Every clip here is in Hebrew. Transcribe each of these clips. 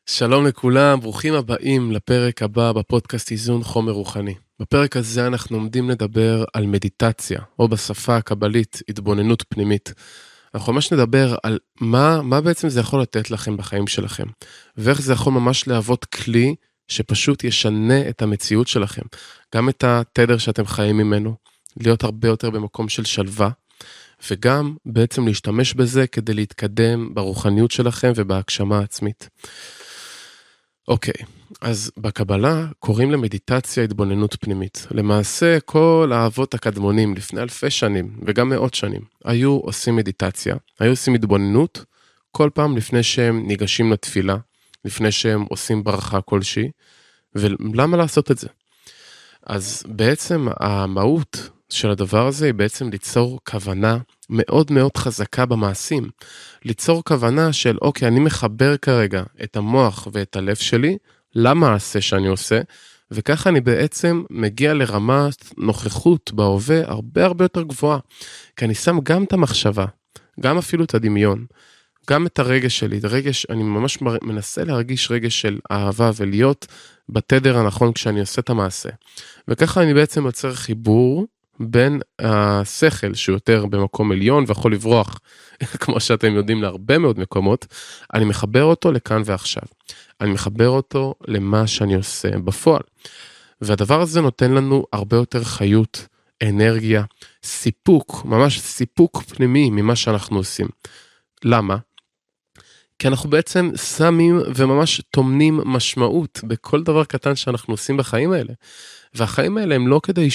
שלום לכולם, ברוכים הבאים לפרק הבא בפודקאסט איזון חומר רוחני. בפרק הזה אנחנו עומדים לדבר על מדיטציה, או בשפה הקבלית, התבוננות פנימית. אנחנו ממש נדבר על מה בעצם זה יכול לתת לכם בחיים שלכם, ואיך זה יכול ממש להוות כלי שפשוט ישנה את המציאות שלכם, גם את התדר שאתם חיים ממנו, להיות הרבה יותר במקום של שלווה, וגם בעצם להשתמש בזה כדי להתקדם ברוחניות שלכם ובהגשמה העצמית. אוקיי, אז בקבלה קוראים למדיטציה התבוננות פנימית. למעשה כל האבות הקדמונים לפני אלפי שנים וגם מאות שנים היו עושים מדיטציה, היו עושים התבוננות כל פעם לפני שהם ניגשים לתפילה, לפני שהם עושים ברכה כלשהי, ולמה לעשות את זה? אז בעצם המהות של הדבר הזה היא בעצם ליצור כוונה מאוד מאוד חזקה במעשים. ליצור כוונה של אוקיי, אני מחבר כרגע את המוח ואת הלב שלי למעשה שאני עושה, וככה אני בעצם מגיע לרמת נוכחות בהווה הרבה יותר גבוהה. כי אני שם גם את המחשבה, גם אפילו את הדמיון, גם את הרגש שלי, אני ממש מנסה להרגיש רגש של אהבה ולהיות בתדר הנכון כשאני עושה את המעשה. וככה אני בעצם יוצר חיבור בין השכל שהוא יותר במקום עליון ויכול לברוח, כמו שאתם יודעים, להרבה מאוד מקומות, אני מחבר אותו לכאן ועכשיו. אני מחבר אותו למה שאני עושה בפועל. והדבר הזה נותן לנו הרבה יותר חיות, אנרגיה, סיפוק, ממש סיפוק פנימי ממה שאנחנו עושים. למה? כי אנחנו בעצם שמים וממש תומנים משמעות בכל דבר קטן שאנחנו עושים בחיים האלה. והחיים האלה הם לא כדי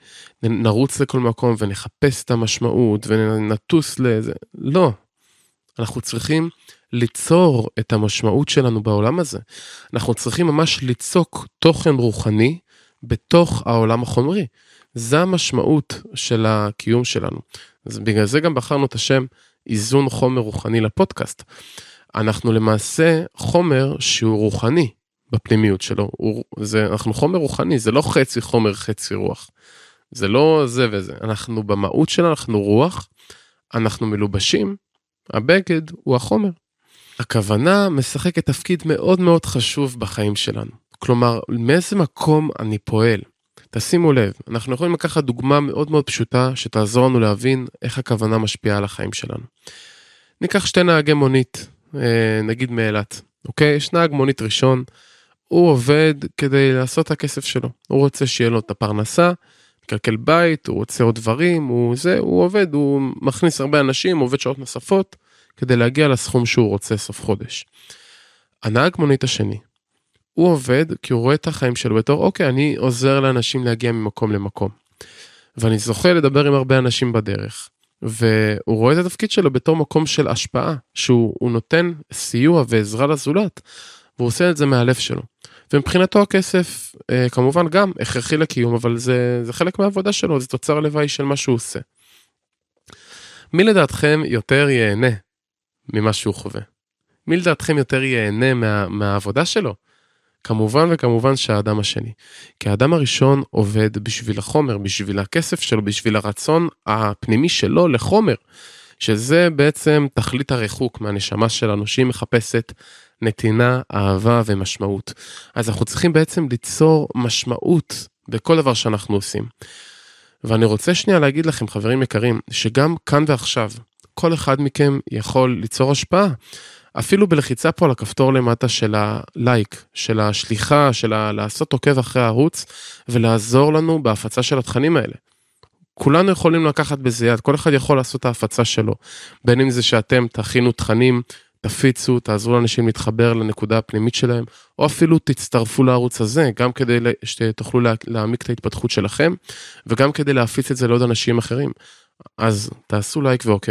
שנרוץ לכל מקום ונחפש את המשמעות ונטוס לזה, לא. אנחנו צריכים ליצור את המשמעות שלנו בעולם הזה. אנחנו צריכים ממש ליצוק תוכן רוחני בתוך העולם החומרי. זה המשמעות של הקיום שלנו. אז בגלל זה גם בחרנו את השם איזון חומר רוחני לפודקאסט. אנחנו למעשה חומר שהוא רוחני בפנימיות שלו. אנחנו חומר רוחני, זה לא חצי חומר חצי רוח. זה לא זה וזה. אנחנו במהות שלנו, אנחנו רוח, אנחנו מלובשים, הבגד הוא החומר. הכוונה משחקת תפקיד מאוד מאוד חשוב בחיים שלנו. כלומר, מאיזה מקום אני פועל? תשימו לב, אנחנו יכולים לקחת דוגמה מאוד מאוד פשוטה שתעזור לנו להבין איך הכוונה משפיעה על החיים שלנו. ניקח שתי נהגי מונית, נגיד מאילת, אוקיי? יש נהג מונית ראשון, הוא עובד כדי לעשות את הכסף שלו. הוא רוצה שיהיה לו את הפרנסה, מקלקל בית, הוא רוצה עוד דברים, הוא עובד, הוא מכניס הרבה אנשים, הוא עובד שעות נוספות, כדי להגיע לסכום שהוא רוצה סוף חודש. הנהג מונית השני, הוא עובד כי הוא רואה את החיים שלו בתור, אוקיי, אני עוזר לאנשים להגיע ממקום למקום. ואני זוכה לדבר עם הרבה אנשים בדרך. והוא רואה את התפקיד שלו בתור מקום של השפעה, שהוא נותן סיוע ועזרה לזולת, והוא עושה את זה מהלב שלו. ומבחינתו הכסף, כמובן גם הכרחי לקיום, אבל זה חלק מהעבודה שלו, זה תוצר לוואי של מה שהוא עושה. מי לדעתכם יותר ייהנה ממה שהוא חווה? מי לדעתכם יותר ייהנה מהעבודה שלו? כמובן וכמובן שהאדם השני. כי האדם הראשון עובד בשביל החומר, בשביל הכסף שלו, בשביל הרצון הפנימי שלו לחומר, שזה בעצם תכלית הריחוק מהנשמה שלנו, שהיא מחפשת נתינה, אהבה ומשמעות. אז אנחנו צריכים בעצם ליצור משמעות בכל דבר שאנחנו עושים. ואני רוצה שנייה להגיד לכם, חברים יקרים, שגם כאן ועכשיו, כל אחד מכם יכול ליצור השפעה. אפילו בלחיצה פה על הכפתור למטה של הלייק, של השליחה, של לעשות עוקב אחרי הערוץ, ולעזור לנו בהפצה של התכנים האלה. כולנו יכולים לקחת בזה יד, כל אחד יכול לעשות את ההפצה שלו, בין אם זה שאתם תכינו תכנים, תפיצו, תעזרו לאנשים להתחבר לנקודה הפנימית שלהם, או אפילו תצטרפו לערוץ הזה, גם כדי שתוכלו להעמיק את ההתפתחות שלכם, וגם כדי להפיץ את זה לעוד אנשים אחרים. אז תעשו לייק ועוקב.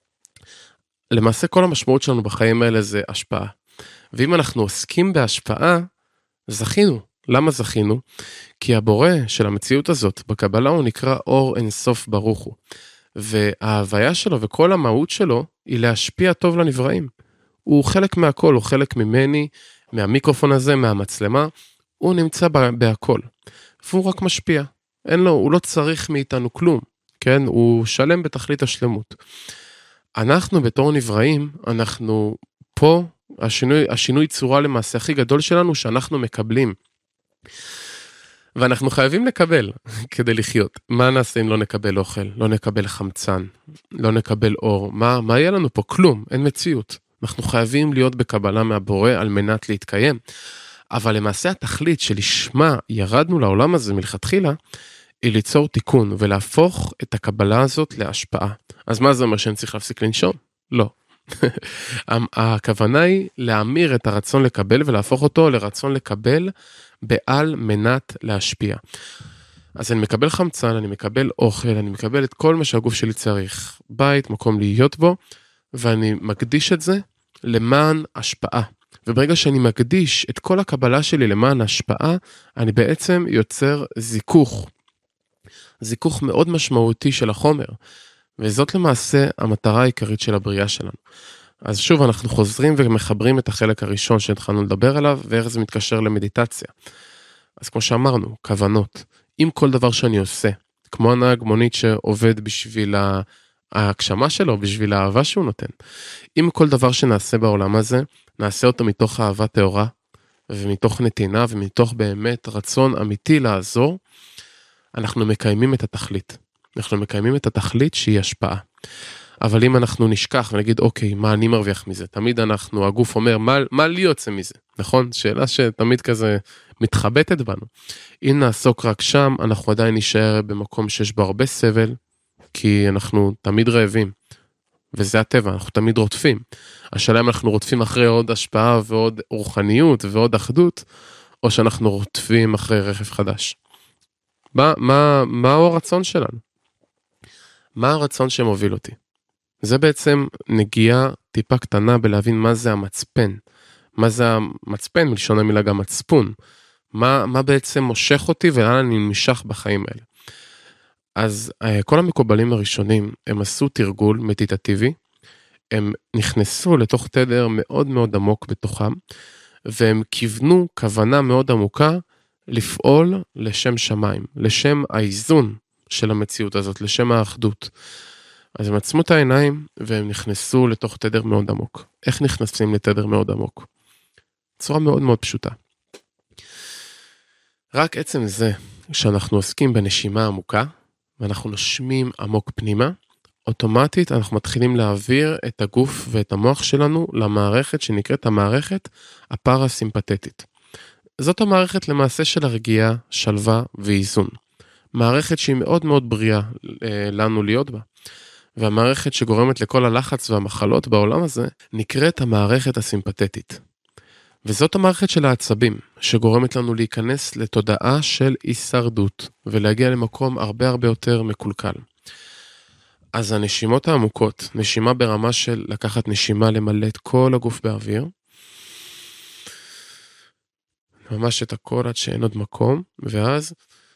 למעשה כל המשמעות שלנו בחיים האלה זה השפעה. ואם אנחנו עוסקים בהשפעה, זכינו. למה זכינו? כי הבורא של המציאות הזאת בקבלה הוא נקרא אור אינסוף ברוך הוא. וההוויה שלו וכל המהות שלו היא להשפיע טוב לנבראים. הוא חלק מהכל, הוא חלק ממני, מהמיקרופון הזה, מהמצלמה, הוא נמצא בהכל. והוא רק משפיע. הוא לא צריך מאיתנו כלום, כן? הוא שלם בתכלית השלמות. אנחנו בתור נבראים, אנחנו פה השינוי צורה למעשה הכי גדול שלנו שאנחנו מקבלים. ואנחנו חייבים לקבל כדי לחיות. מה נעשה אם לא נקבל אוכל? לא נקבל חמצן, לא נקבל אור. מה יהיה לנו פה? כלום, אין מציאות. אנחנו חייבים להיות בקבלה מהבורא על מנת להתקיים. אבל למעשה התכלית שלשמה ירדנו לעולם הזה מלכתחילה, היא ליצור תיקון ולהפוך את הקבלה הזאת להשפעה. אז מה זה אומר שאני צריך להפסיק לנשום? לא. הכוונה היא להמיר את הרצון לקבל ולהפוך אותו לרצון לקבל בעל מנת להשפיע. אז אני מקבל חמצן, אני מקבל אוכל, אני מקבל את כל מה שהגוף שלי צריך, בית, מקום להיות בו, ואני מקדיש את זה למען השפעה. וברגע שאני מקדיש את כל הקבלה שלי למען השפעה, אני בעצם יוצר זיכוך מאוד משמעותי של החומר, וזאת למעשה המטרה העיקרית של הבריאה שלנו. אז שוב אנחנו חוזרים ומחברים את החלק הראשון שהתחלנו לדבר עליו, ואיך זה מתקשר למדיטציה. אז כמו שאמרנו, כוונות. אם כל דבר שאני עושה, כמו הנהג מונית שעובד בשביל ההגשמה שלו, בשביל האהבה שהוא נותן. אם כל דבר שנעשה בעולם הזה, נעשה אותו מתוך אהבה טהורה, ומתוך נתינה, ומתוך באמת רצון אמיתי לעזור, אנחנו מקיימים את התכלית. אנחנו מקיימים את התכלית שהיא השפעה. אבל אם אנחנו נשכח ונגיד, אוקיי, מה אני מרוויח מזה? תמיד הגוף אומר, מה לי יוצא מזה? נכון? שאלה שתמיד כזה מתחבטת בנו. אם נעסוק רק שם, אנחנו עדיין נשאר במקום שיש בו הרבה סבל, כי אנחנו תמיד רעבים. וזה הטבע, אנחנו תמיד רודפים. השאלה אם אנחנו רודפים אחרי עוד השפעה ועוד רוחניות ועוד אחדות, או שאנחנו רודפים אחרי רכב חדש. מהו הרצון שלנו? מה הרצון שמוביל אותי? זה בעצם נגיעה טיפה קטנה בלהבין מה זה המצפן. מה זה המצפן? מלשון המילה גם מצפון. מה בעצם מושך אותי ולאן אני נמשך בחיים האלה. אז כל המקובלים הראשונים הם עשו תרגול מדיטטיבי, הם נכנסו לתוך תדר מאוד מאוד עמוק בתוכם, והם כיוונו כוונה מאוד עמוקה לפעול לשם שמיים, לשם האיזון של המציאות הזאת, לשם האחדות. אז הם עצמו את העיניים והם נכנסו לתוך תדר מאוד עמוק. איך נכנסים לתדר מאוד עמוק? צורה מאוד מאוד פשוטה. רק עצם זה שאנחנו עוסקים בנשימה עמוקה, ואנחנו נושמים עמוק פנימה, אוטומטית אנחנו מתחילים להעביר את הגוף ואת המוח שלנו למערכת שנקראת המערכת הפרסימפתטית. זאת המערכת למעשה של הרגיעה, שלווה ואיזון. מערכת שהיא מאוד מאוד בריאה לנו להיות בה. והמערכת שגורמת לכל הלחץ והמחלות בעולם הזה נקראת המערכת הסימפתטית. וזאת המערכת של העצבים, שגורמת לנו להיכנס לתודעה של הישרדות, ולהגיע למקום הרבה הרבה יותר מקולקל. אז הנשימות העמוקות, נשימה ברמה של לקחת נשימה למלא את כל הגוף באוויר, ממש את הכל עד שאין עוד מקום, ואז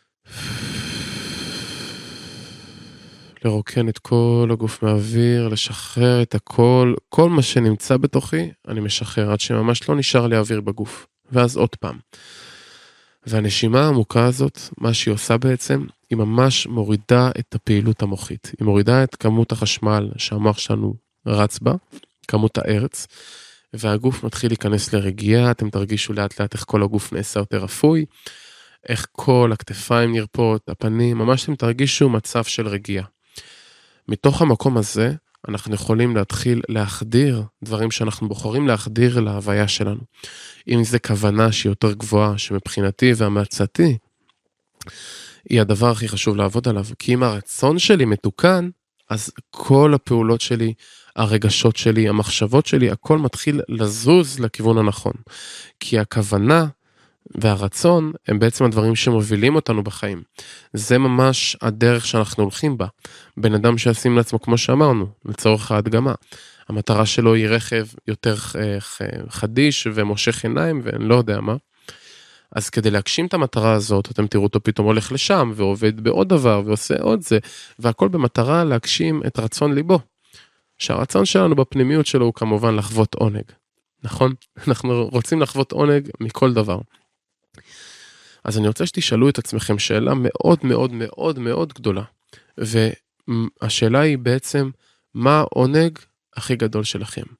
לרוקן את כל הגוף מהאוויר, לשחרר את הכל, כל מה שנמצא בתוכי, אני משחרר עד שממש לא נשאר לי אוויר בגוף. ואז עוד פעם. והנשימה העמוקה הזאת, מה שהיא עושה בעצם, היא ממש מורידה את הפעילות המוחית. היא מורידה את כמות החשמל שהמוח שלנו רץ בה, כמות הארץ, והגוף מתחיל להיכנס לרגיעה, אתם תרגישו לאט לאט איך כל הגוף נעשה יותר רפוי, איך כל הכתפיים נרפות, הפנים, ממש אתם תרגישו מצב של רגיעה. מתוך המקום הזה, אנחנו יכולים להתחיל להחדיר דברים שאנחנו בוחרים להחדיר להוויה שלנו. אם זה כוונה שהיא יותר גבוהה, שמבחינתי והמלצתי, היא הדבר הכי חשוב לעבוד עליו. כי אם הרצון שלי מתוקן, אז כל הפעולות שלי, הרגשות שלי, המחשבות שלי, הכל מתחיל לזוז לכיוון הנכון. כי הכוונה והרצון הם בעצם הדברים שמובילים אותנו בחיים. זה ממש הדרך שאנחנו הולכים בה. בן אדם שישים לעצמו, כמו שאמרנו, לצורך ההדגמה. המטרה שלו היא רכב יותר חדיש ומושך עיניים ואני לא יודע מה. אז כדי להגשים את המטרה הזאת, אתם תראו אותו פתאום הולך לשם ועובד בעוד דבר ועושה עוד זה, והכל במטרה להגשים את רצון ליבו. שהרצון שלנו בפנימיות שלו הוא כמובן לחוות עונג. נכון? אנחנו רוצים לחוות עונג מכל דבר. אז אני רוצה שתשאלו את עצמכם שאלה מאוד מאוד מאוד מאוד גדולה. והשאלה היא בעצם, מה העונג הכי גדול שלכם?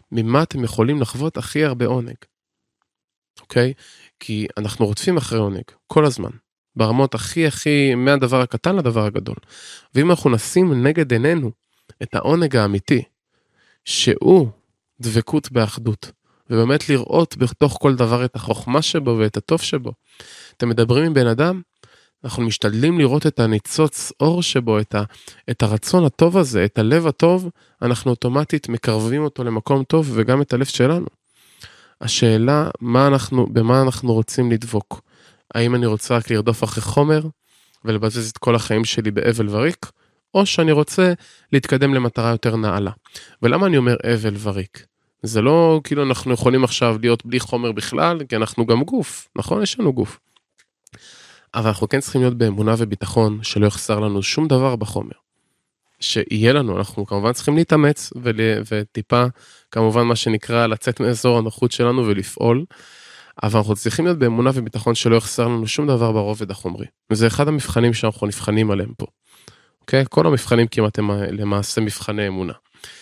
ממה אתם יכולים לחוות הכי הרבה עונג. אוקיי? כי אנחנו רודפים אחרי עונג, כל הזמן. ברמות הכי, מהדבר הקטן לדבר הגדול. ואם אנחנו נשים נגד עינינו את העונג האמיתי, שהוא דבקות באחדות, ובאמת לראות בתוך כל דבר את החוכמה שבו ואת הטוב שבו. אתם מדברים עם בן אדם, אנחנו משתדלים לראות את הניצוץ אור שבו, את הרצון הטוב הזה, את הלב הטוב, אנחנו אוטומטית מקרבים אותו למקום טוב, וגם את הלב שלנו. השאלה, במה אנחנו רוצים לדבוק? האם אני רוצה רק לרדוף אחרי חומר, ולבזז את כל החיים שלי באבל וריק, או שאני רוצה להתקדם למטרה יותר נעלה. ולמה אני אומר אבל וריק? זה לא כאילו אנחנו יכולים עכשיו להיות בלי חומר בכלל, כי אנחנו גם גוף, נכון? יש לנו גוף. אבל אנחנו כן צריכים להיות באמונה וביטחון, שלא יחסר לנו שום דבר בחומר. שיהיה לנו, אנחנו כמובן צריכים להתאמץ, וטיפה, כמובן מה שנקרא, לצאת מאזור הנוחות שלנו ולפעול, אבל אנחנו צריכים להיות באמונה וביטחון שלא יחסר לנו שום דבר ברובד החומרי. וזה אחד המבחנים שאנחנו נבחנים עליהם פה. אוקיי? כל המבחנים כמעט הם למעשה מבחני אמונה.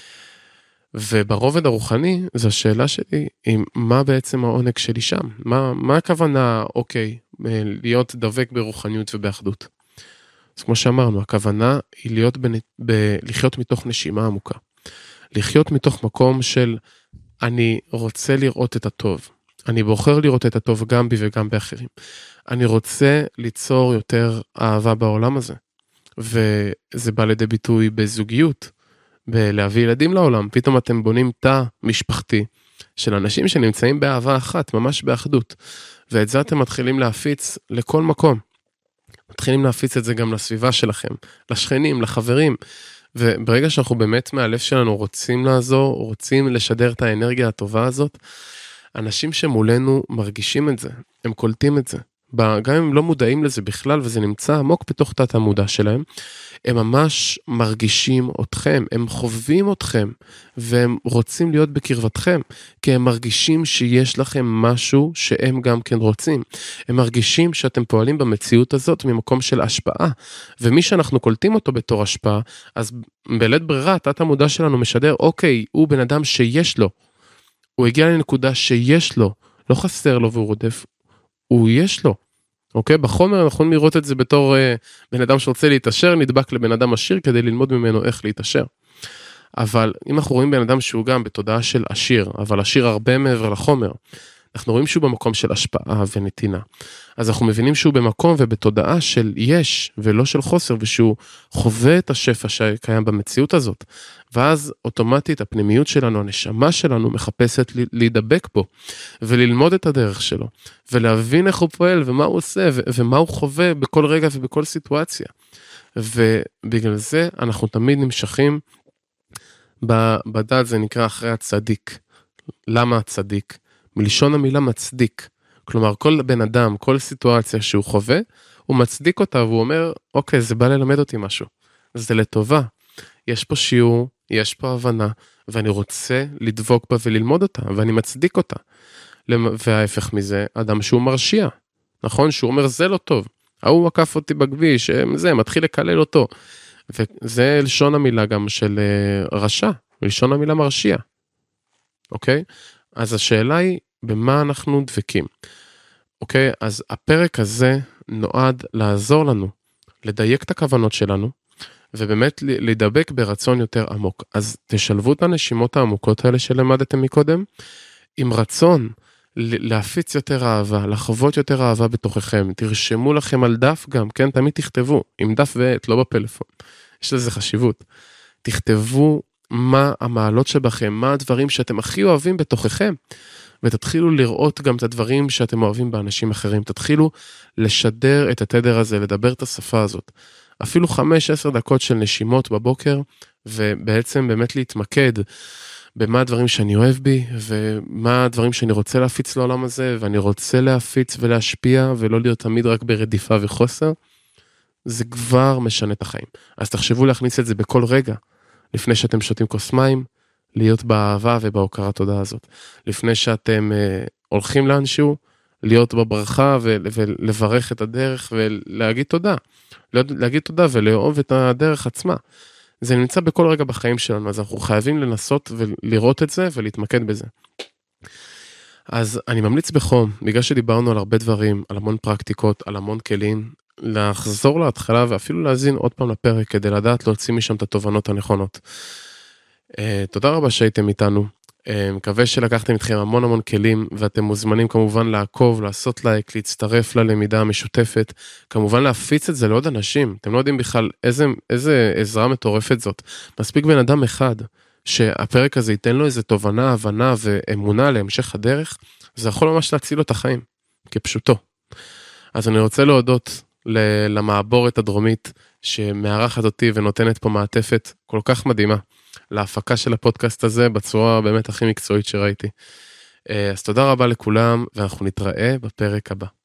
וברובד הרוחני, זו השאלה שלי, מה בעצם העונג שלי שם? מה הכוונה, אוקיי, להיות דבק ברוחניות ובאחדות? אז כמו שאמרנו, הכוונה היא לחיות מתוך נשימה עמוקה. לחיות מתוך מקום של, אני רוצה לראות את הטוב. אני בוחר לראות את הטוב גם בי וגם באחרים. אני רוצה ליצור יותר אהבה בעולם הזה. וזה בא לידי ביטוי בזוגיות, בלהביא ילדים לעולם. פתאום אתם בונים תא משפחתי של אנשים שנמצאים באהבה אחת, ממש באחדות. ואת זה אתם מתחילים להפיץ לכל מקום. מתחילים להפיץ את זה גם לסביבה שלכם, לשכנים, לחברים. וברגע שאנחנו באמת מהלב שלנו רוצים לעזור, רוצים לשדר את האנרגיה הטובה הזאת, אנשים שמולנו מרגישים את זה, הם קולטים את זה. גם אם הם לא מודעים לזה בכלל, וזה נמצא עמוק בתוך תת המודע שלהם, הם ממש מרגישים אתכם, הם חווים אתכם, והם רוצים להיות בקרבתכם, כי הם מרגישים שיש לכם משהו שהם גם כן רוצים. הם מרגישים שאתם פועלים במציאות הזאת ממקום של השפעה, ומי שאנחנו קולטים אותו בתור השפעה, אז בלית ברירה, תת המודע שלנו משדר, אוקיי, הוא בן אדם שיש לו, הוא הגיע לנקודה שיש לו, לא חסר לו והוא רודף, הוא יש לו. אוקיי? בחומר אנחנו יכולים לראות את זה בתור בן אדם שרוצה להתעשר, נדבק לבן אדם עשיר כדי ללמוד ממנו איך להתעשר. אבל אם אנחנו רואים בן אדם שהוא גם בתודעה של עשיר, אבל עשיר הרבה מעבר לחומר, אנחנו רואים שהוא במקום של השפעה ונתינה. אז אנחנו מבינים שהוא במקום ובתודעה של יש ולא של חוסר, ושהוא חווה את השפע שקיים במציאות הזאת. ואז אוטומטית הפנימיות שלנו, הנשמה שלנו מחפשת להידבק בו, וללמוד את הדרך שלו, ולהבין איך הוא פועל ומה הוא עושה, ומה הוא חווה בכל רגע ובכל סיטואציה. ובגלל זה אנחנו תמיד נמשכים, בדת זה נקרא אחרי הצדיק. למה הצדיק? מלשון המילה מצדיק. כלומר, כל בן אדם, כל סיטואציה שהוא חווה, הוא מצדיק אותה, והוא אומר, אוקיי, זה בא ללמד אותי משהו. זה לטובה. יש פה שיעור, יש פה הבנה, ואני רוצה לדבוק בה וללמוד אותה, ואני מצדיק אותה. וההפך מזה, אדם שהוא מרשיע. נכון? שהוא אומר, זה לא טוב. הוא עקף אותי בכביש, זה, מתחיל לקלל אותו. וזה לשון המילה גם של רשע, לשון המילה מרשיע. אוקיי? אז השאלה היא, במה אנחנו דבקים? אוקיי? אז הפרק הזה נועד לעזור לנו, לדייק את הכוונות שלנו, ובאמת להידבק ברצון יותר עמוק. אז תשלבו את הנשימות העמוקות האלה שלמדתם מקודם, עם רצון להפיץ יותר אהבה, לחוות יותר אהבה בתוככם. תרשמו לכם על דף גם, כן? תמיד תכתבו, עם דף ועט, לא בפלאפון. יש לזה חשיבות. תכתבו מה המעלות שבכם, מה הדברים שאתם הכי אוהבים בתוככם, ותתחילו לראות גם את הדברים שאתם אוהבים באנשים אחרים. תתחילו לשדר את התדר הזה, לדבר את השפה הזאת. אפילו 5-10 דקות של נשימות בבוקר, ובעצם באמת להתמקד במה הדברים שאני אוהב בי, ומה הדברים שאני רוצה להפיץ לעולם הזה, ואני רוצה להפיץ ולהשפיע, ולא להיות תמיד רק ברדיפה וחוסר. זה כבר משנה את החיים. אז תחשבו להכניס את זה בכל רגע, לפני שאתם שותים כוס מים, להיות באהבה ובהוקרת תודה הזאת. לפני שאתם הולכים לאנשהו, להיות בברכה ולברך את הדרך ולהגיד תודה. להגיד תודה ולאהוב את הדרך עצמה. זה נמצא בכל רגע בחיים שלנו, אז אנחנו חייבים לנסות ולראות את זה ולהתמקד בזה. אז אני ממליץ בחום, בגלל שדיברנו על הרבה דברים, על המון פרקטיקות, על המון כלים, לחזור להתחלה ואפילו להזין עוד פעם לפרק כדי לדעת להוציא משם את התובנות הנכונות. תודה רבה שהייתם איתנו, מקווה שלקחתם איתכם המון המון כלים, ואתם מוזמנים כמובן לעקוב, לעשות לייק, להצטרף ללמידה המשותפת, כמובן להפיץ את זה לעוד אנשים, אתם לא יודעים בכלל איזה עזרה מטורפת זאת, מספיק בן אדם אחד, שהפרק הזה ייתן לו איזו תובנה, הבנה ואמונה להמשך הדרך, זה יכול ממש להציל לו את החיים, כפשוטו. אז אני רוצה להודות למעבורת הדרומית, שמארחת אותי ונותנת פה מעטפת כל כך מדהימה, להפקה של הפודקאסט הזה בצורה באמת הכי מקצועית שראיתי. אז תודה רבה לכולם, ואנחנו נתראה בפרק הבא.